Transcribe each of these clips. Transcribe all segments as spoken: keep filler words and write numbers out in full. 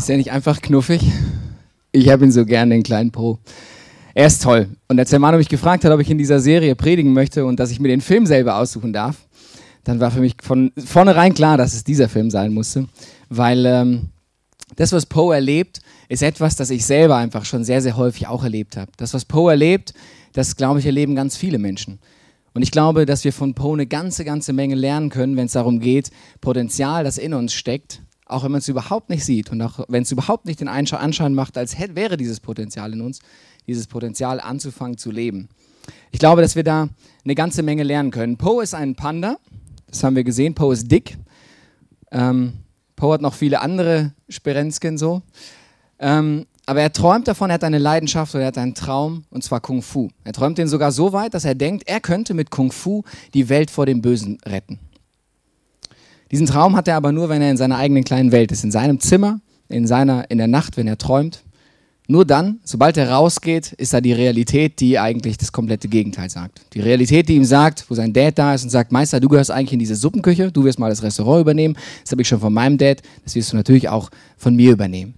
Ist der nicht einfach knuffig? Ich habe ihn so gern, den kleinen Po. Er ist toll. Und als der Manu mich gefragt hat, ob ich in dieser Serie predigen möchte und dass ich mir den Film selber aussuchen darf, dann war für mich von vornherein klar, dass es dieser Film sein musste. Weil ähm, das, was Poe erlebt, ist etwas, das ich selber einfach schon sehr, sehr häufig auch erlebt habe. Das, was Poe erlebt, das, glaube ich, erleben ganz viele Menschen. Und ich glaube, dass wir von Poe eine ganze, ganze Menge lernen können, wenn es darum geht, Potenzial, das in uns steckt, auch wenn man es überhaupt nicht sieht und auch wenn es überhaupt nicht den Anschein macht, als hätte, wäre dieses Potenzial in uns, dieses Potenzial anzufangen zu leben. Ich glaube, dass wir da eine ganze Menge lernen können. Poe ist ein Panda, das haben wir gesehen. Poe ist dick. Ähm, Poe hat noch viele andere Sperenzken so. Ähm, aber er träumt davon, er hat eine Leidenschaft oder er hat einen Traum, und zwar Kung Fu. Er träumt den sogar so weit, dass er denkt, er könnte mit Kung Fu die Welt vor dem Bösen retten. Diesen Traum hat er aber nur, wenn er in seiner eigenen kleinen Welt ist, in seinem Zimmer, in, seiner, in der Nacht, wenn er träumt. Nur dann, sobald er rausgeht, ist da die Realität, die eigentlich das komplette Gegenteil sagt. Die Realität, die ihm sagt, wo sein Dad da ist und sagt, Meister, du gehörst eigentlich in diese Suppenküche, du wirst mal das Restaurant übernehmen, das habe ich schon von meinem Dad, das wirst du natürlich auch von mir übernehmen.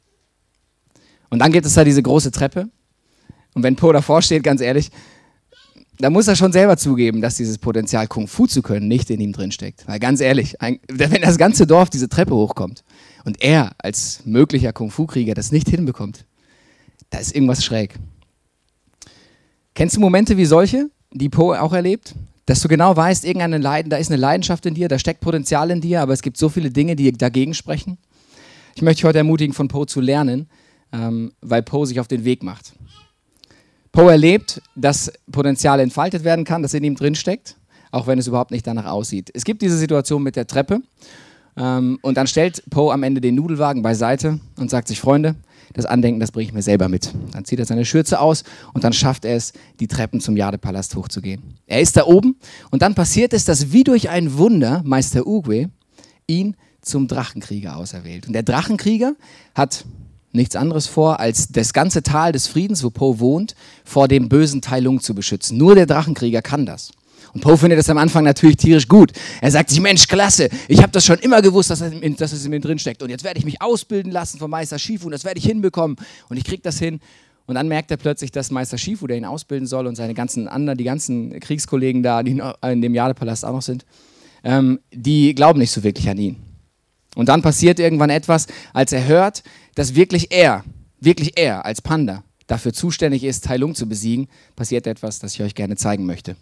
Und dann gibt es da diese große Treppe und wenn Poe davor steht, ganz ehrlich, da muss er schon selber zugeben, dass dieses Potenzial, Kung Fu zu können, nicht in ihm drin steckt. Weil ganz ehrlich, ein, wenn das ganze Dorf diese Treppe hochkommt und er als möglicher Kung Fu-Krieger das nicht hinbekommt, da ist irgendwas schräg. Kennst du Momente wie solche, die Poe auch erlebt? Dass du genau weißt, irgendeine Leiden, da ist eine Leidenschaft in dir, da steckt Potenzial in dir, aber es gibt so viele Dinge, die dagegen sprechen. Ich möchte dich heute ermutigen, von Poe zu lernen, ähm, weil Poe sich auf den Weg macht. Poe erlebt, dass Potenzial entfaltet werden kann, das in ihm drin steckt, auch wenn es überhaupt nicht danach aussieht. Es gibt diese Situation mit der Treppe ähm, und dann stellt Poe am Ende den Nudelwagen beiseite und sagt sich, Freunde, das Andenken, das bringe ich mir selber mit. Dann zieht er seine Schürze aus und dann schafft er es, die Treppen zum Jadepalast hochzugehen. Er ist da oben und dann passiert es, dass wie durch ein Wunder Meister Oogway ihn zum Drachenkrieger auserwählt. Und der Drachenkrieger hat nichts anderes vor, als das ganze Tal des Friedens, wo Poe wohnt, vor dem bösen Tai Lung zu beschützen. Nur der Drachenkrieger kann das. Und Poe findet das am Anfang natürlich tierisch gut. Er sagt sich, Mensch, klasse, ich habe das schon immer gewusst, dass, das in, dass es in mir drin steckt. Und jetzt werde ich mich ausbilden lassen von Meister Shifu und das werde ich hinbekommen. Und ich kriege das hin. Und dann merkt er plötzlich, dass Meister Shifu, der ihn ausbilden soll und seine ganzen anderen, die ganzen Kriegskollegen da, die in dem Jadepalast auch noch sind, ähm, die glauben nicht so wirklich an ihn. Und dann passiert irgendwann etwas, als er hört, dass wirklich er, wirklich er als Panda dafür zuständig ist, Tai Lung zu besiegen, passiert etwas, das ich euch gerne zeigen möchte.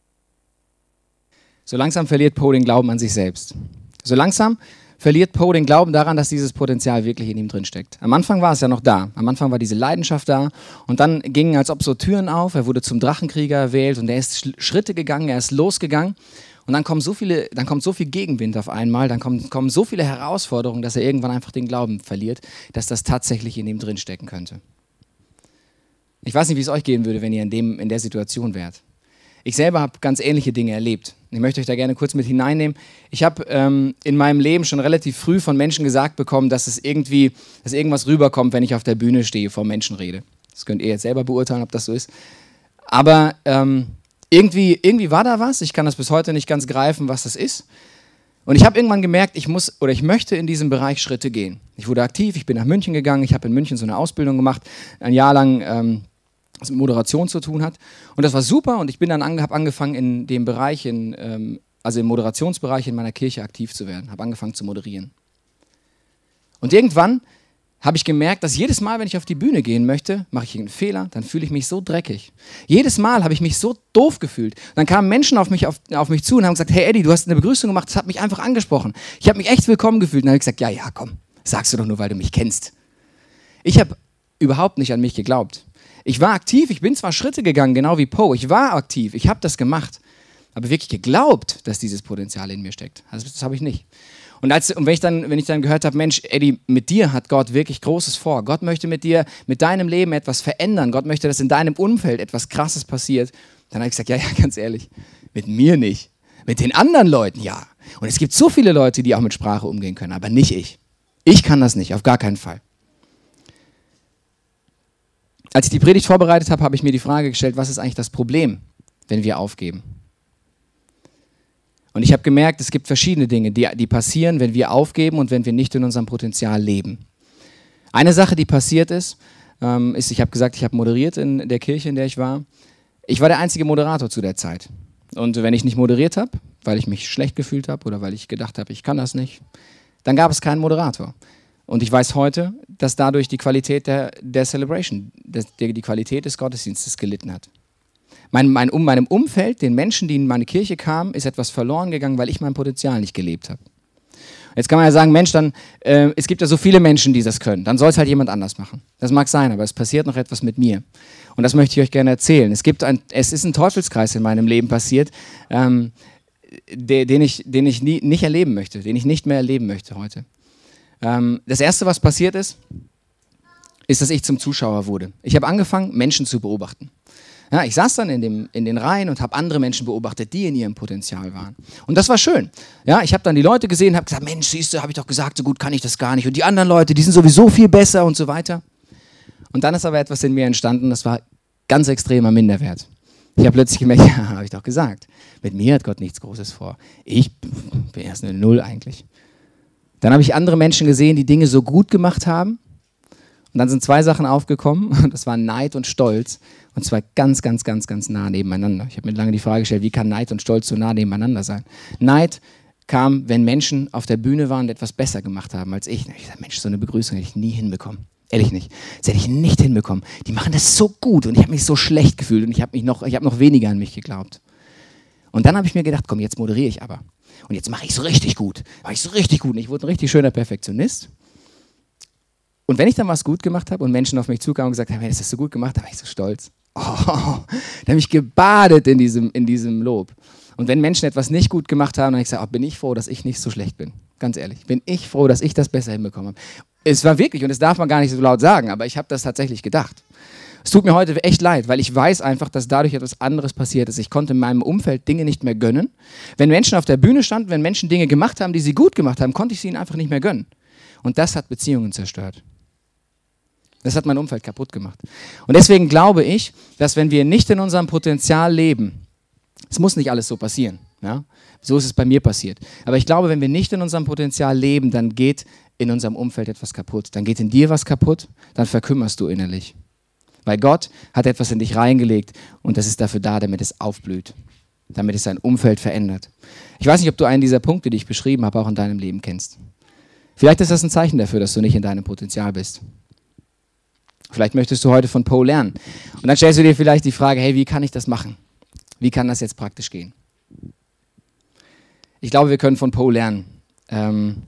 So langsam verliert Poe den Glauben an sich selbst. So langsam verliert Poe den Glauben daran, dass dieses Potenzial wirklich in ihm drin steckt. Am Anfang war es ja noch da. Am Anfang war diese Leidenschaft da und dann gingen als ob so Türen auf. Er wurde zum Drachenkrieger erwählt und er ist Schritte gegangen, er ist losgegangen. Und dann kommen so viele, dann kommt so viel Gegenwind auf einmal, dann kommen, kommen so viele Herausforderungen, dass er irgendwann einfach den Glauben verliert, dass das tatsächlich in ihm drin stecken könnte. Ich weiß nicht, wie es euch gehen würde, wenn ihr in, dem, in der Situation wärt. Ich selber habe ganz ähnliche Dinge erlebt. Ich möchte euch da gerne kurz mit hineinnehmen. Ich habe ähm, in meinem Leben schon relativ früh von Menschen gesagt bekommen, dass es irgendwie, dass irgendwas rüberkommt, wenn ich auf der Bühne stehe, vor Menschen rede. Das könnt ihr jetzt selber beurteilen, ob das so ist. Aber ähm, irgendwie, irgendwie war da was. Ich kann das bis heute nicht ganz greifen, was das ist. Und ich habe irgendwann gemerkt, ich muss oder ich möchte in diesem Bereich Schritte gehen. Ich wurde aktiv, ich bin nach München gegangen, ich habe in München so eine Ausbildung gemacht, ein Jahr lang, ähm, was mit Moderation zu tun hat. Und das war super und ich bin dann an, habe angefangen in dem Bereich, in, ähm, also im Moderationsbereich in meiner Kirche aktiv zu werden, habe angefangen zu moderieren. Und irgendwann habe ich gemerkt, dass jedes Mal, wenn ich auf die Bühne gehen möchte, mache ich einen Fehler, dann fühle ich mich so dreckig. Jedes Mal habe ich mich so doof gefühlt. Dann kamen Menschen auf mich, auf, auf mich zu und haben gesagt, hey Eddie, du hast eine Begrüßung gemacht, das hat mich einfach angesprochen. Ich habe mich echt willkommen gefühlt. Und dann habe ich gesagt, ja, ja, komm, sagst du doch nur, weil du mich kennst. Ich habe überhaupt nicht an mich geglaubt. Ich war aktiv, ich bin zwar Schritte gegangen, genau wie Poe, ich war aktiv, ich habe das gemacht, aber wirklich geglaubt, dass dieses Potenzial in mir steckt. Also das habe ich nicht. Und, als, und wenn, ich dann, wenn ich dann gehört habe, Mensch, Eddie, mit dir hat Gott wirklich Großes vor. Gott möchte mit dir, mit deinem Leben etwas verändern. Gott möchte, dass in deinem Umfeld etwas Krasses passiert. Dann habe ich gesagt, ja, ja, ganz ehrlich, mit mir nicht. Mit den anderen Leuten, ja. Und es gibt so viele Leute, die auch mit Sprache umgehen können, aber nicht ich. Ich kann das nicht, auf gar keinen Fall. Als ich die Predigt vorbereitet habe, habe ich mir die Frage gestellt, was ist eigentlich das Problem, wenn wir aufgeben? Und ich habe gemerkt, es gibt verschiedene Dinge, die, die passieren, wenn wir aufgeben und wenn wir nicht in unserem Potenzial leben. Eine Sache, die passiert ist, ähm, ist, ich habe gesagt, ich habe moderiert in der Kirche, in der ich war. Ich war der einzige Moderator zu der Zeit. Und wenn ich nicht moderiert habe, weil ich mich schlecht gefühlt habe oder weil ich gedacht habe, ich kann das nicht, dann gab es keinen Moderator. Und ich weiß heute, dass dadurch die Qualität der, der Celebration, der, die Qualität des Gottesdienstes gelitten hat. Mein, mein, um meinem Umfeld, den Menschen, die in meine Kirche kamen, ist etwas verloren gegangen, weil ich mein Potenzial nicht gelebt habe. Jetzt kann man ja sagen, Mensch, dann, äh, es gibt ja so viele Menschen, die das können. Dann soll es halt jemand anders machen. Das mag sein, aber es passiert noch etwas mit mir. Und das möchte ich euch gerne erzählen. Es, gibt ein, es ist ein Teufelskreis in meinem Leben passiert, ähm, de, den ich, den ich nie, nicht erleben möchte, den ich nicht mehr erleben möchte heute. Ähm, das Erste, was passiert ist, ist, dass ich zum Zuschauer wurde. Ich habe angefangen, Menschen zu beobachten. Ja, ich saß dann in, dem, in den Reihen und habe andere Menschen beobachtet, die in ihrem Potenzial waren. Und das war schön. Ja, ich habe dann die Leute gesehen und habe gesagt, Mensch, siehst du, habe ich doch gesagt, so gut kann ich das gar nicht. Und die anderen Leute, die sind sowieso viel besser und so weiter. Und dann ist aber etwas in mir entstanden, das war ganz extremer Minderwert. Ich habe plötzlich gemerkt, ja, habe ich doch gesagt, mit mir hat Gott nichts Großes vor. Ich bin erst eine Null eigentlich. Dann habe ich andere Menschen gesehen, die Dinge so gut gemacht haben. Und dann sind zwei Sachen aufgekommen, das waren Neid und Stolz, und zwar ganz, ganz, ganz, ganz nah nebeneinander. Ich habe mir lange die Frage gestellt, wie kann Neid und Stolz so nah nebeneinander sein? Neid kam, wenn Menschen auf der Bühne waren und etwas besser gemacht haben als ich. Ich dachte, Mensch, so eine Begrüßung hätte ich nie hinbekommen. Ehrlich nicht. Das hätte ich nicht hinbekommen. Die machen das so gut und ich habe mich so schlecht gefühlt und ich habe mich noch, ich habe noch weniger an mich geglaubt. Und dann habe ich mir gedacht, komm, jetzt moderiere ich aber. Und jetzt mache ich es richtig gut. Mache ich es richtig gut. Und ich wurde ein richtig schöner Perfektionist. Und wenn ich dann was gut gemacht habe und Menschen auf mich zukamen und gesagt haben, hey, das hast du gut gemacht, da war ich so stolz. Oh, da habe ich gebadet in diesem, in diesem Lob. Und wenn Menschen etwas nicht gut gemacht haben, dann habe ich gesagt, oh, bin ich froh, dass ich nicht so schlecht bin. Ganz ehrlich, bin ich froh, dass ich das besser hinbekommen habe. Es war wirklich, und das darf man gar nicht so laut sagen, aber ich habe das tatsächlich gedacht. Es tut mir heute echt leid, weil ich weiß einfach, dass dadurch etwas anderes passiert ist. Ich konnte in meinem Umfeld Dinge nicht mehr gönnen. Wenn Menschen auf der Bühne standen, wenn Menschen Dinge gemacht haben, die sie gut gemacht haben, konnte ich sie ihnen einfach nicht mehr gönnen. Und das hat Beziehungen zerstört. Das hat mein Umfeld kaputt gemacht. Und deswegen glaube ich, dass wenn wir nicht in unserem Potenzial leben, es muss nicht alles so passieren, ja? So ist es bei mir passiert. Aber ich glaube, wenn wir nicht in unserem Potenzial leben, dann geht in unserem Umfeld etwas kaputt. Dann geht in dir was kaputt, dann verkümmerst du innerlich. Weil Gott hat etwas in dich reingelegt und das ist dafür da, damit es aufblüht, damit es dein Umfeld verändert. Ich weiß nicht, ob du einen dieser Punkte, die ich beschrieben habe, auch in deinem Leben kennst. Vielleicht ist das ein Zeichen dafür, dass du nicht in deinem Potenzial bist. Vielleicht möchtest du heute von Poe lernen. Und dann stellst du dir vielleicht die Frage, hey, wie kann ich das machen? Wie kann das jetzt praktisch gehen? Ich glaube, wir können von Poe lernen. Ähm,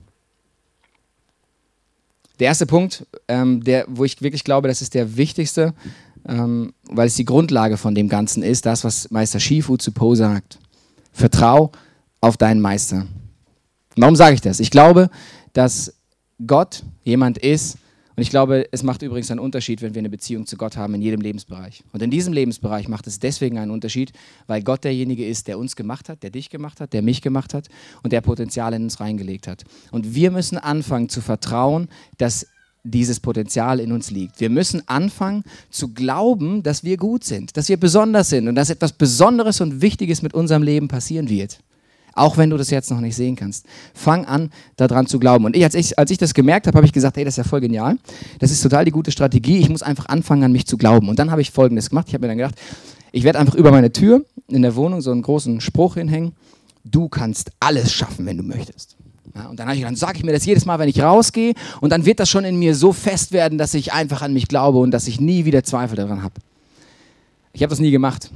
der erste Punkt, ähm, der, wo ich wirklich glaube, das ist der wichtigste, ähm, weil es die Grundlage von dem Ganzen ist, das, was Meister Shifu zu Poe sagt. Vertrau auf deinen Meister. Warum sage ich das? Ich glaube, dass Gott jemand ist, und ich glaube, es macht übrigens einen Unterschied, wenn wir eine Beziehung zu Gott haben in jedem Lebensbereich. Und in diesem Lebensbereich macht es deswegen einen Unterschied, weil Gott derjenige ist, der uns gemacht hat, der dich gemacht hat, der mich gemacht hat und der Potenzial in uns reingelegt hat. Und wir müssen anfangen zu vertrauen, dass dieses Potenzial in uns liegt. Wir müssen anfangen zu glauben, dass wir gut sind, dass wir besonders sind und dass etwas Besonderes und Wichtiges mit unserem Leben passieren wird. Auch wenn du das jetzt noch nicht sehen kannst. Fang an, daran zu glauben. Und ich, als, ich, als ich das gemerkt habe, habe ich gesagt, hey, das ist ja voll genial. Das ist total die gute Strategie. Ich muss einfach anfangen, an mich zu glauben. Und dann habe ich Folgendes gemacht. Ich habe mir dann gedacht, ich werde einfach über meine Tür in der Wohnung so einen großen Spruch hinhängen. Du kannst alles schaffen, wenn du möchtest. Ja, und dann, dann sage ich mir das jedes Mal, wenn ich rausgehe. Und dann wird das schon in mir so fest werden, dass ich einfach an mich glaube und dass ich nie wieder Zweifel daran habe. Ich habe das nie gemacht.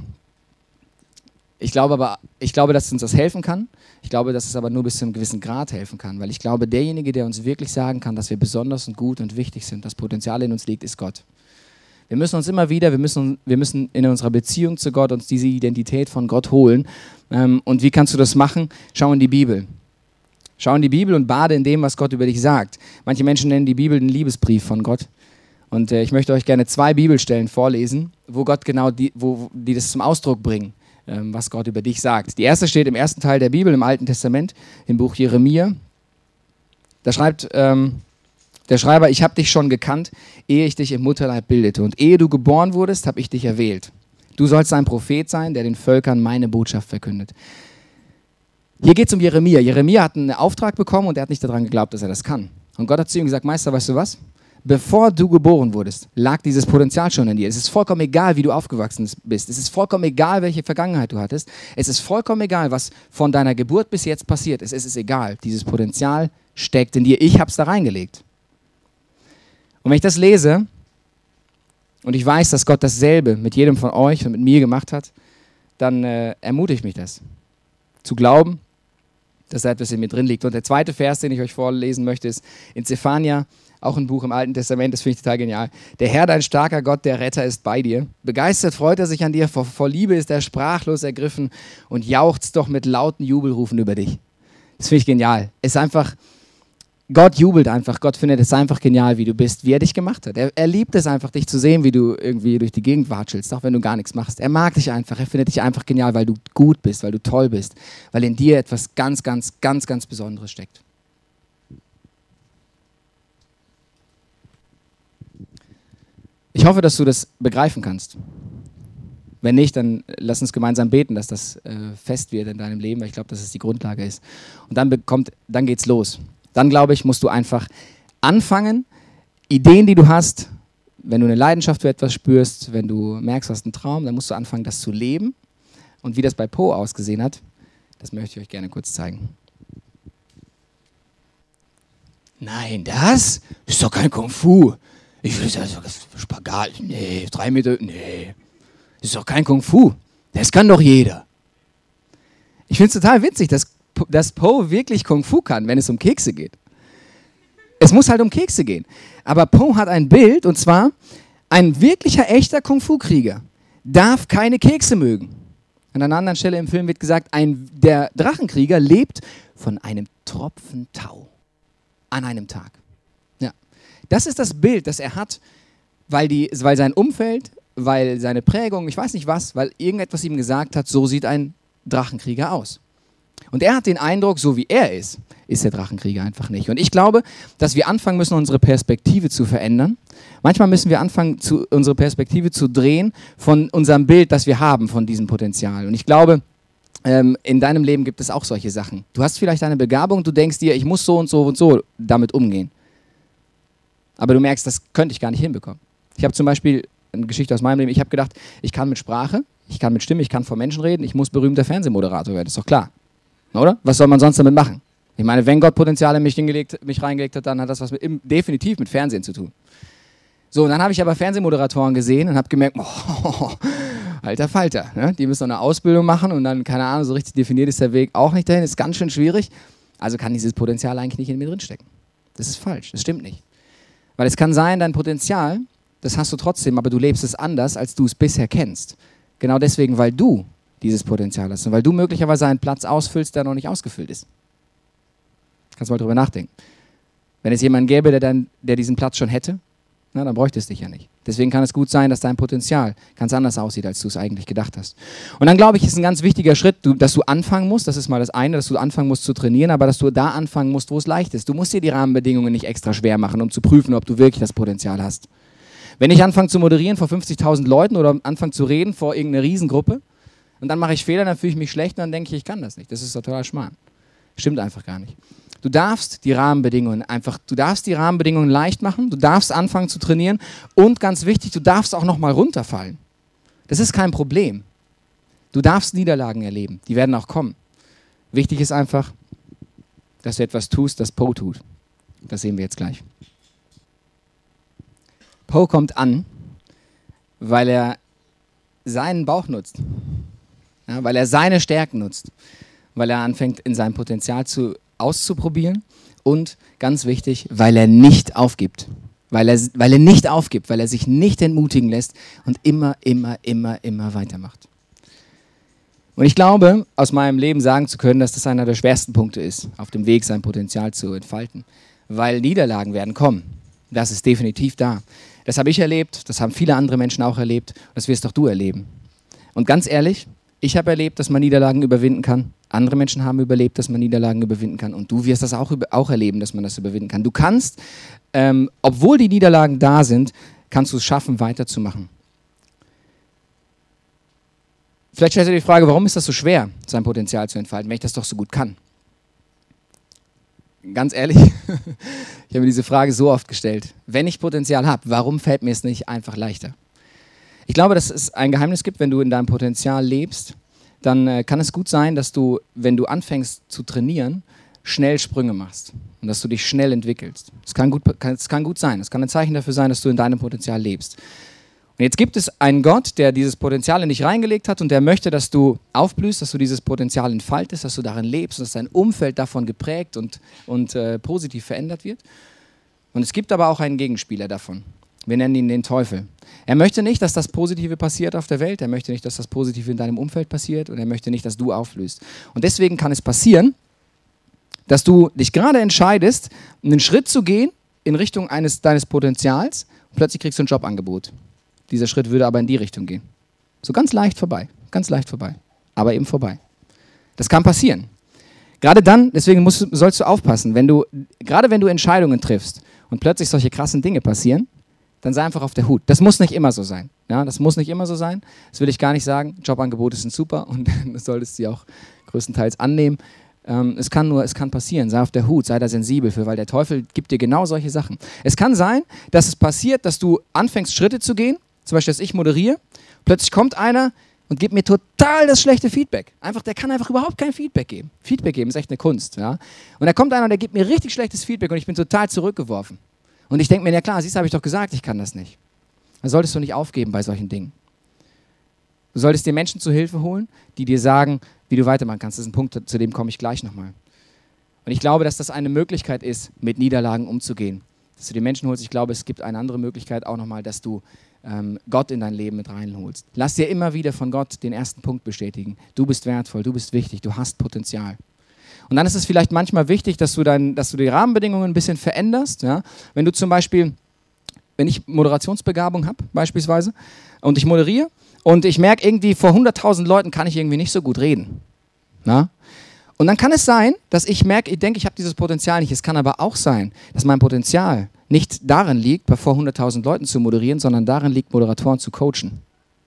Ich glaube aber, ich glaube, dass uns das helfen kann. Ich glaube, dass es aber nur bis zu einem gewissen Grad helfen kann, weil ich glaube, derjenige, der uns wirklich sagen kann, dass wir besonders und gut und wichtig sind, das Potenzial in uns liegt, ist Gott. Wir müssen uns immer wieder, wir müssen, wir müssen in unserer Beziehung zu Gott uns diese Identität von Gott holen. Und wie kannst du das machen? Schau in die Bibel. Schau in die Bibel und bade in dem, was Gott über dich sagt. Manche Menschen nennen die Bibel einen Liebesbrief von Gott. Und ich möchte euch gerne zwei Bibelstellen vorlesen, wo Gott genau die, wo, die das zum Ausdruck bringen, was Gott über dich sagt. Die erste steht im ersten Teil der Bibel, im Alten Testament, im Buch Jeremia. Da schreibt ähm, der Schreiber, ich habe dich schon gekannt, ehe ich dich im Mutterleib bildete. Und ehe du geboren wurdest, habe ich dich erwählt. Du sollst ein Prophet sein, der den Völkern meine Botschaft verkündet. Hier geht es um Jeremia. Jeremia hat einen Auftrag bekommen und er hat nicht daran geglaubt, dass er das kann. Und Gott hat zu ihm gesagt, Meister, weißt du was? bevor du geboren wurdest, lag dieses Potenzial schon in dir. Es ist vollkommen egal, wie du aufgewachsen bist. Es ist vollkommen egal, welche Vergangenheit du hattest. Es ist vollkommen egal, was von deiner Geburt bis jetzt passiert ist. Es ist egal. Dieses Potenzial steckt in dir. Ich habe es da reingelegt. Und wenn ich das lese und ich weiß, dass Gott dasselbe mit jedem von euch und mit mir gemacht hat, dann äh, ermutigt mich das, zu glauben, dass da etwas in mir drin liegt. Und der zweite Vers, den ich euch vorlesen möchte, ist in Zephania, auch ein Buch im Alten Testament, das finde ich total genial. Der Herr, dein starker Gott, der Retter ist bei dir. Begeistert freut er sich an dir, vor, vor Liebe ist er sprachlos ergriffen und jauchzt doch mit lauten Jubelrufen über dich. Das finde ich genial. Es ist einfach, Gott jubelt einfach, Gott findet es einfach genial, wie du bist, wie er dich gemacht hat. Er, er liebt es einfach, dich zu sehen, wie du irgendwie durch die Gegend watschelst, auch wenn du gar nichts machst. Er mag dich einfach, er findet dich einfach genial, weil du gut bist, weil du toll bist, weil in dir etwas ganz, ganz, ganz, ganz Besonderes steckt. Ich hoffe, dass du das begreifen kannst. Wenn nicht, dann lass uns gemeinsam beten, dass das äh, fest wird in deinem Leben, weil ich glaube, dass es die Grundlage ist. Und dann, bekommt, dann geht's los. Dann, glaube ich, musst du einfach anfangen, Ideen, die du hast, wenn du eine Leidenschaft für etwas spürst, wenn du merkst, du hast einen Traum, dann musst du anfangen, das zu leben. Und wie das bei Po ausgesehen hat, das möchte ich euch gerne kurz zeigen. Nein, das ist doch kein Kung Fu. Ich will sagen, Spagat, nee, drei Meter, nee. Das ist doch kein Kung Fu. Das kann doch jeder. Ich finde es total witzig, dass dass Po wirklich Kung Fu kann, wenn es um Kekse geht. Es muss halt um Kekse gehen. Aber Po hat ein Bild, und zwar ein wirklicher, echter Kung Fu-Krieger darf keine Kekse mögen. An einer anderen Stelle im Film wird gesagt, ein, der Drachenkrieger lebt von einem Tropfen Tau an einem Tag. Ja. Das ist das Bild, das er hat, weil, die, weil sein Umfeld, weil seine Prägung, ich weiß nicht was, weil irgendetwas ihm gesagt hat, so sieht ein Drachenkrieger aus. Und er hat den Eindruck, so wie er ist, ist der Drachenkrieger einfach nicht. Und ich glaube, dass wir anfangen müssen, unsere Perspektive zu verändern. Manchmal müssen wir anfangen, zu, unsere Perspektive zu drehen von unserem Bild, das wir haben, von diesem Potenzial. Und ich glaube, ähm, in deinem Leben gibt es auch solche Sachen. Du hast vielleicht eine Begabung, du denkst dir, ich muss so und so und so damit umgehen. Aber du merkst, das könnte ich gar nicht hinbekommen. Ich habe zum Beispiel eine Geschichte aus meinem Leben, ich habe gedacht, ich kann mit Sprache, ich kann mit Stimme, ich kann vor Menschen reden, ich muss berühmter Fernsehmoderator werden, ist doch klar. Oder? Was soll man sonst damit machen? Ich meine, wenn Gott Potenzial in mich, hingelegt, mich reingelegt hat, dann hat das was mit, im, definitiv mit Fernsehen zu tun. So, und dann habe ich aber Fernsehmoderatoren gesehen und habe gemerkt, oh, alter Falter, ne? Die müssen noch eine Ausbildung machen und dann, keine Ahnung, so richtig definiert ist der Weg auch nicht dahin, ist ganz schön schwierig. Also kann dieses Potenzial eigentlich nicht in mir drinstecken. Das ist falsch, das stimmt nicht. Weil es kann sein, dein Potenzial, das hast du trotzdem, aber du lebst es anders, als du es bisher kennst. Genau deswegen, weil du dieses Potenzial hast und weil du möglicherweise einen Platz ausfüllst, der noch nicht ausgefüllt ist. Kannst mal drüber nachdenken. Wenn es jemanden gäbe, der, dann, der diesen Platz schon hätte, na, dann bräuchte es dich ja nicht. Deswegen kann es gut sein, dass dein Potenzial ganz anders aussieht, als du es eigentlich gedacht hast. Und dann glaube ich, ist ein ganz wichtiger Schritt, du, dass du anfangen musst, das ist mal das eine, dass du anfangen musst zu trainieren, aber dass du da anfangen musst, wo es leicht ist. Du musst dir die Rahmenbedingungen nicht extra schwer machen, um zu prüfen, ob du wirklich das Potenzial hast. Wenn ich anfange zu moderieren vor fünfzigtausend Leuten oder anfange zu reden vor irgendeiner Riesengruppe, und dann mache ich Fehler, dann fühle ich mich schlecht und dann denke ich, ich kann das nicht. Das ist total Schmarrn. Stimmt einfach gar nicht. Du darfst die Rahmenbedingungen einfach, du darfst die Rahmenbedingungen leicht machen, du darfst anfangen zu trainieren und ganz wichtig, du darfst auch nochmal runterfallen. Das ist kein Problem. Du darfst Niederlagen erleben, die werden auch kommen. Wichtig ist einfach, dass du etwas tust, das Po tut. Das sehen wir jetzt gleich. Po kommt an, weil er seinen Bauch nutzt. Ja, weil er seine Stärken nutzt, weil er anfängt, in seinem Potenzial zu, auszuprobieren und, ganz wichtig, weil er nicht aufgibt. Weil er, weil er nicht aufgibt, weil er sich nicht entmutigen lässt und immer, immer, immer, immer weitermacht. Und ich glaube, aus meinem Leben sagen zu können, dass das einer der schwersten Punkte ist, auf dem Weg, sein Potenzial zu entfalten. Weil Niederlagen werden kommen. Das ist definitiv da. Das habe ich erlebt, das haben viele andere Menschen auch erlebt und das wirst doch du erleben. Und ganz ehrlich, ich habe erlebt, dass man Niederlagen überwinden kann. Andere Menschen haben überlebt, dass man Niederlagen überwinden kann. Und du wirst das auch, auch erleben, dass man das überwinden kann. Du kannst, ähm, obwohl die Niederlagen da sind, kannst du es schaffen, weiterzumachen. Vielleicht stellst du dir die Frage, warum ist das so schwer, sein Potenzial zu entfalten, wenn ich das doch so gut kann? ganz ehrlich, ich habe mir diese Frage so oft gestellt. Wenn ich Potenzial habe, warum fällt mir es nicht einfach leichter? Ich glaube, dass es ein Geheimnis gibt, wenn du in deinem Potenzial lebst, dann äh, kann es gut sein, dass du, wenn du anfängst zu trainieren, schnell Sprünge machst und dass du dich schnell entwickelst. Das kann gut, das kann gut sein. Das kann ein Zeichen dafür sein, dass du in deinem Potenzial lebst. Und jetzt gibt es einen Gott, der dieses Potenzial in dich reingelegt hat und der möchte, dass du aufblühst, dass du dieses Potenzial entfaltest, dass du darin lebst und dass dein Umfeld davon geprägt und, und äh, positiv verändert wird. Und es gibt aber auch einen Gegenspieler davon. Wir nennen ihn den Teufel. Er möchte nicht, dass das Positive passiert auf der Welt, er möchte nicht, dass das Positive in deinem Umfeld passiert und er möchte nicht, dass du aufblühst. Und deswegen kann es passieren, dass du dich gerade entscheidest, einen Schritt zu gehen in Richtung eines deines Potenzials und plötzlich kriegst du ein Jobangebot. Dieser Schritt würde aber in die Richtung gehen. So ganz leicht vorbei, ganz leicht vorbei, aber eben vorbei. Das kann passieren. Gerade dann, deswegen musst, sollst du aufpassen, wenn du, gerade wenn du Entscheidungen triffst und plötzlich solche krassen Dinge passieren, dann sei einfach auf der Hut. Das muss nicht immer so sein. Ja, das muss nicht immer so sein. Das will ich gar nicht sagen. Jobangebote sind super und das solltest du sie auch größtenteils annehmen. Ähm, es kann nur, es kann passieren. Sei auf der Hut, sei da sensibel für, weil der Teufel gibt dir genau solche Sachen. Es kann sein, dass es passiert, dass du anfängst, Schritte zu gehen. Zum Beispiel, dass ich moderiere. Plötzlich kommt einer und gibt mir total das schlechte Feedback. Einfach, der kann einfach überhaupt kein Feedback geben. Feedback geben ist echt eine Kunst. Ja? Und da kommt einer und der gibt mir richtig schlechtes Feedback und ich bin total zurückgeworfen. Und ich denke mir, ja klar, siehst du, habe ich doch gesagt, ich kann das nicht. Dann solltest du nicht aufgeben bei solchen Dingen. Du solltest dir Menschen zu Hilfe holen, die dir sagen, wie du weitermachen kannst. Das ist ein Punkt, zu dem komme ich gleich nochmal. Und ich glaube, dass das eine Möglichkeit ist, mit Niederlagen umzugehen. Dass du dir Menschen holst. Ich glaube, es gibt eine andere Möglichkeit auch nochmal, dass du ähm, Gott in dein Leben mit reinholst. Lass dir immer wieder von Gott den ersten Punkt bestätigen. Du bist wertvoll, du bist wichtig, du hast Potenzial. Und dann ist es vielleicht manchmal wichtig, dass du, dein, dass du die Rahmenbedingungen ein bisschen veränderst. Ja? Wenn du zum Beispiel, wenn ich Moderationsbegabung habe beispielsweise und ich moderiere und ich merke irgendwie, vor hunderttausend Leuten kann ich irgendwie nicht so gut reden. Na? Und dann kann es sein, dass ich merke, ich denke, ich habe dieses Potenzial nicht. Es kann aber auch sein, dass mein Potenzial nicht darin liegt, bei vor hunderttausend Leuten zu moderieren, sondern darin liegt, Moderatoren zu coachen.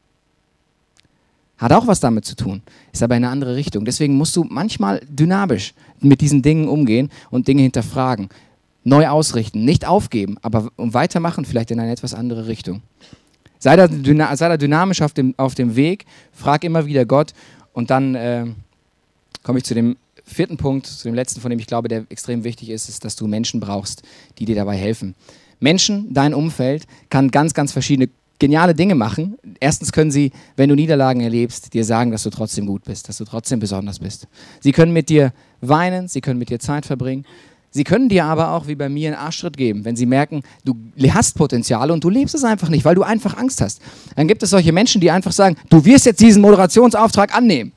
Hat auch was damit zu tun, ist aber in eine andere Richtung. Deswegen musst du manchmal dynamisch mit diesen Dingen umgehen und Dinge hinterfragen, neu ausrichten, nicht aufgeben, aber weitermachen, vielleicht in eine etwas andere Richtung. Sei da, dyna- sei da dynamisch auf dem, auf dem Weg, frag immer wieder Gott und dann äh, komme ich zu dem vierten Punkt, zu dem letzten, von dem ich glaube, der extrem wichtig ist, ist, dass du Menschen brauchst, die dir dabei helfen. Menschen, dein Umfeld, kann ganz, ganz verschiedene geniale Dinge machen. Erstens können sie, wenn du Niederlagen erlebst, dir sagen, dass du trotzdem gut bist, dass du trotzdem besonders bist. Sie können mit dir weinen, sie können mit dir Zeit verbringen. Sie können dir aber auch, wie bei mir, einen Arschtritt geben, wenn sie merken, du hast Potenziale und du lebst es einfach nicht, weil du einfach Angst hast. Dann gibt es solche Menschen, die einfach sagen, du wirst jetzt diesen Moderationsauftrag annehmen.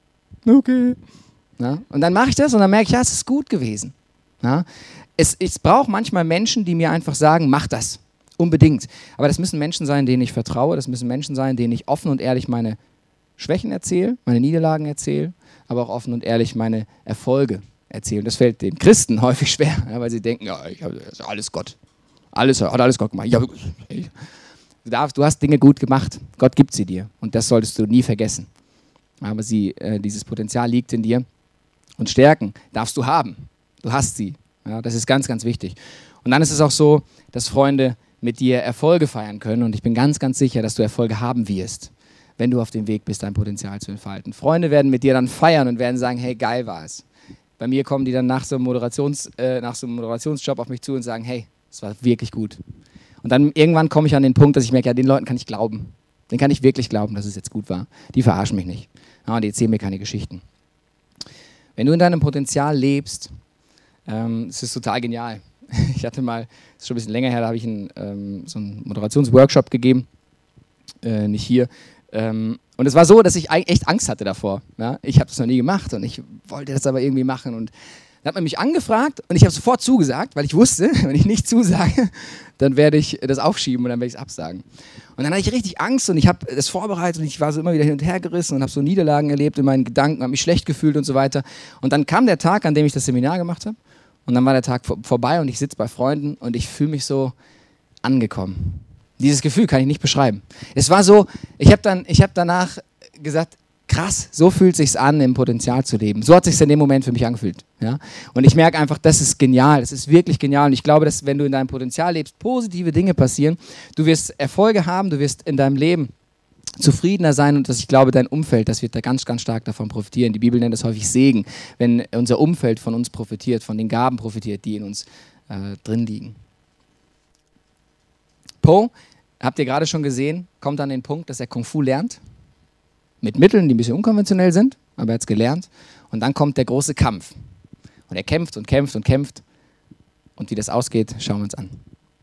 Okay. Na? Und dann mache ich das und dann merke ich, ja, es ist gut gewesen. Na? Es, es braucht manchmal Menschen, die mir einfach sagen, mach das. Unbedingt. Aber das müssen Menschen sein, denen ich vertraue. Das müssen Menschen sein, denen ich offen und ehrlich meine Schwächen erzähle, meine Niederlagen erzähle, aber auch offen und ehrlich meine Erfolge erzähle. Und das fällt den Christen häufig schwer, ja, weil sie denken, ja, ich habe alles Gott. Alles, hat alles Gott gemacht. Ich hab, ich, du, darfst, du hast Dinge gut gemacht. Gott gibt sie dir. Und das solltest du nie vergessen. Aber sie, äh, dieses Potenzial liegt in dir. Und Stärken darfst du haben. Du hast sie. Ja, das ist ganz, ganz wichtig. Und dann ist es auch so, dass Freunde mit dir Erfolge feiern können und ich bin ganz, ganz sicher, dass du Erfolge haben wirst, wenn du auf dem Weg bist, dein Potenzial zu entfalten. Freunde werden mit dir dann feiern und werden sagen, hey, geil war es. Bei mir kommen die dann nach so einem, Moderations, äh, nach so einem Moderationsjob auf mich zu und sagen, hey, es war wirklich gut. Und dann irgendwann komme ich an den Punkt, dass ich merke, ja, den Leuten kann ich glauben. Den kann ich wirklich glauben, dass es jetzt gut war. Die verarschen mich nicht. Ja, die erzählen mir keine Geschichten. Wenn du in deinem Potenzial lebst, ähm, es ist total genial. Ich hatte mal, das ist schon ein bisschen länger her, da habe ich einen, ähm, so einen Moderationsworkshop gegeben, äh, nicht hier. Ähm, und es war so, dass ich echt Angst hatte davor. Ja? Ich habe das noch nie gemacht und ich wollte das aber irgendwie machen. Und dann hat man mich angefragt und ich habe sofort zugesagt, weil ich wusste, wenn ich nicht zusage, dann werde ich das aufschieben und dann werde ich es absagen. Und dann hatte ich richtig Angst und ich habe das vorbereitet und ich war so immer wieder hin und her gerissen und habe so Niederlagen erlebt in meinen Gedanken, habe mich schlecht gefühlt und so weiter. Und dann kam der Tag, an dem ich das Seminar gemacht habe. Und dann war der Tag vor, vorbei und ich sitze bei Freunden und ich fühle mich so angekommen. Dieses Gefühl kann ich nicht beschreiben. Es war so, ich habe dann, ich habe danach gesagt, krass, so fühlt sich's an, im Potenzial zu leben. So hat sich's in dem Moment für mich angefühlt. Ja? Und ich merke einfach, das ist genial, das ist wirklich genial. Und ich glaube, dass wenn du in deinem Potenzial lebst, positive Dinge passieren. Du wirst Erfolge haben, du wirst in deinem Leben zufriedener sein und dass ich glaube, dein Umfeld, das wird da ganz, ganz stark davon profitieren. Die Bibel nennt das häufig Segen, wenn unser Umfeld von uns profitiert, von den Gaben profitiert, die in uns äh, drin liegen. Po, habt ihr gerade schon gesehen, kommt an den Punkt, dass er Kung Fu lernt. Mit Mitteln, die ein bisschen unkonventionell sind, aber er hat es gelernt. Und dann kommt der große Kampf. Und er kämpft und kämpft und kämpft. Und wie das ausgeht, schauen wir uns an.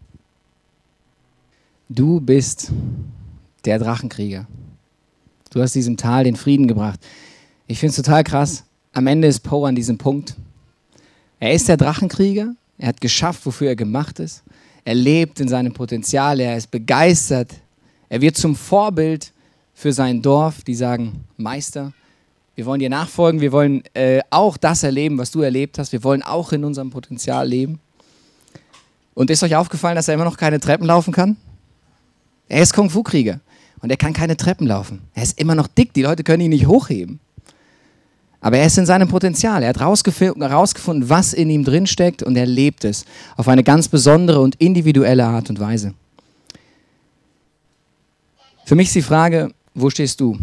Du bist der Drachenkrieger. Du hast diesem Tal den Frieden gebracht. Ich finde es total krass. Am Ende ist Po an diesem Punkt. Er ist der Drachenkrieger. Er hat geschafft, wofür er gemacht ist. Er lebt in seinem Potenzial. Er ist begeistert. Er wird zum Vorbild für sein Dorf. Die sagen, Meister, wir wollen dir nachfolgen. Wir wollen äh, auch das erleben, was du erlebt hast. Wir wollen auch in unserem Potenzial leben. Und ist euch aufgefallen, dass er immer noch keine Treppen laufen kann? Er ist Kung-Fu-Krieger. Und er kann keine Treppen laufen. Er ist immer noch dick, die Leute können ihn nicht hochheben. Aber er ist in seinem Potenzial. Er hat herausgefunden, was in ihm drinsteckt und er lebt es auf eine ganz besondere und individuelle Art und Weise. Für mich ist die Frage, wo stehst du?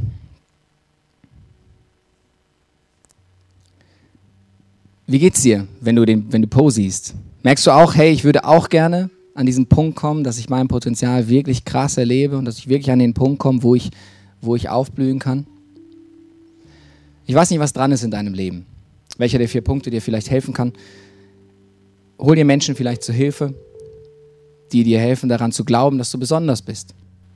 Wie geht's dir, wenn du, den, wenn du Po siehst? Merkst du auch, hey, ich würde auch gerne an diesen Punkt kommen, dass ich mein Potenzial wirklich krass erlebe und dass ich wirklich an den Punkt komme, wo ich, wo ich aufblühen kann. Ich weiß nicht, was dran ist in deinem Leben. Welcher der vier Punkte dir vielleicht helfen kann. Hol dir Menschen vielleicht zur Hilfe, die dir helfen, daran zu glauben, dass du besonders bist.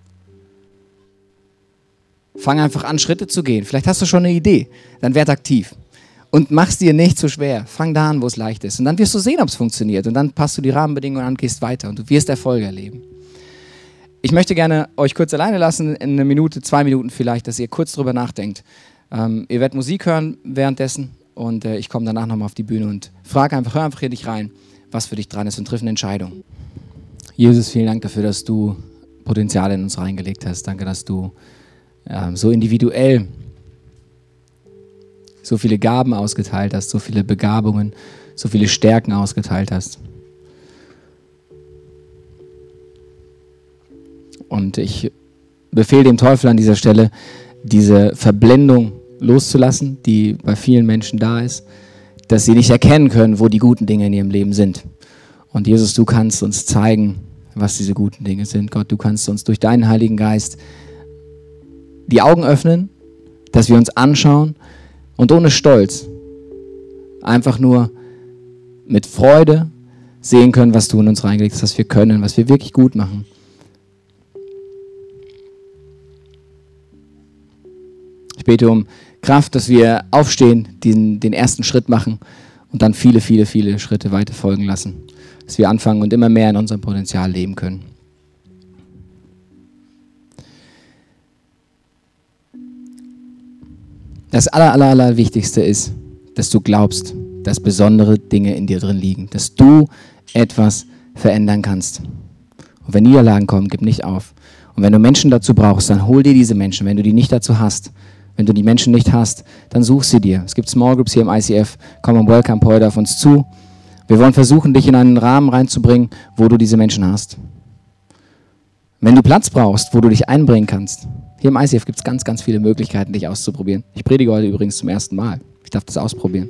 Fang einfach an, Schritte zu gehen. Vielleicht hast du schon eine Idee. Dann werd aktiv. Und mach's dir nicht zu schwer. Fang da an, wo es leicht ist. Und dann wirst du sehen, ob es funktioniert. Und dann passt du die Rahmenbedingungen an, gehst weiter. Und du wirst Erfolge erleben. Ich möchte gerne euch kurz alleine lassen, in eine Minute, zwei Minuten vielleicht, dass ihr kurz drüber nachdenkt. Ähm, ihr werdet Musik hören währenddessen. Und äh, ich komme danach nochmal auf die Bühne und frage einfach, hör einfach hier dich rein, was für dich dran ist und triff eine Entscheidung. Jesus, vielen Dank dafür, dass du Potenzial in uns reingelegt hast. Danke, dass du ähm, so individuell so viele Gaben ausgeteilt hast, so viele Begabungen, so viele Stärken ausgeteilt hast. Und ich befehle dem Teufel an dieser Stelle, diese Verblendung loszulassen, die bei vielen Menschen da ist, dass sie nicht erkennen können, wo die guten Dinge in ihrem Leben sind. Und Jesus, du kannst uns zeigen, was diese guten Dinge sind. Gott, du kannst uns durch deinen Heiligen Geist die Augen öffnen, dass wir uns anschauen, und ohne Stolz, einfach nur mit Freude sehen können, was du in uns reingelegt hast, was wir können, was wir wirklich gut machen. Ich bete um Kraft, dass wir aufstehen, den, den ersten Schritt machen und dann viele, viele, viele Schritte weiter folgen lassen. Dass wir anfangen und immer mehr in unserem Potenzial leben können. Das aller, aller, aller Wichtigste ist, dass du glaubst, dass besondere Dinge in dir drin liegen, dass du etwas verändern kannst. Und wenn Niederlagen kommen, gib nicht auf. Und wenn du Menschen dazu brauchst, dann hol dir diese Menschen. Wenn du die nicht dazu hast, wenn du die Menschen nicht hast, dann such sie dir. Es gibt Small Groups hier im I C F. Komm und welcome heute auf uns zu. Wir wollen versuchen, dich in einen Rahmen reinzubringen, wo du diese Menschen hast. Wenn du Platz brauchst, wo du dich einbringen kannst, hier im I C F gibt es ganz, ganz viele Möglichkeiten, dich auszuprobieren. Ich predige heute übrigens zum ersten Mal. Ich darf das ausprobieren.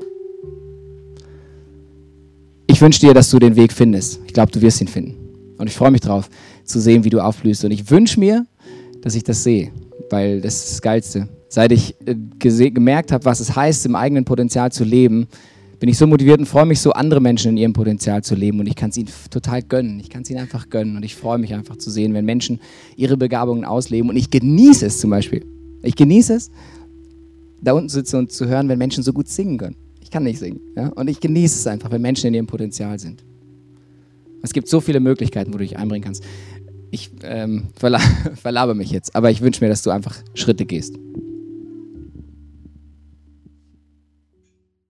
Ich wünsche dir, dass du den Weg findest. Ich glaube, du wirst ihn finden. Und ich freue mich drauf, zu sehen, wie du aufblühst. Und ich wünsche mir, dass ich das sehe, weil das ist das Geilste. Seit ich äh, gemerkt habe, was es heißt, im eigenen Potenzial zu leben, bin ich so motiviert und freue mich so, andere Menschen in ihrem Potenzial zu leben. Und ich kann es ihnen total gönnen. Ich kann es ihnen einfach gönnen. Und ich freue mich einfach zu sehen, wenn Menschen ihre Begabungen ausleben. Und ich genieße es zum Beispiel. Ich genieße es, da unten sitzen und zu hören, wenn Menschen so gut singen können. Ich kann nicht singen. Ja? Und ich genieße es einfach, wenn Menschen in ihrem Potenzial sind. Es gibt so viele Möglichkeiten, wo du dich einbringen kannst. Ich ähm, verla- verlabe mich jetzt, aber ich wünsche mir, dass du einfach Schritte gehst.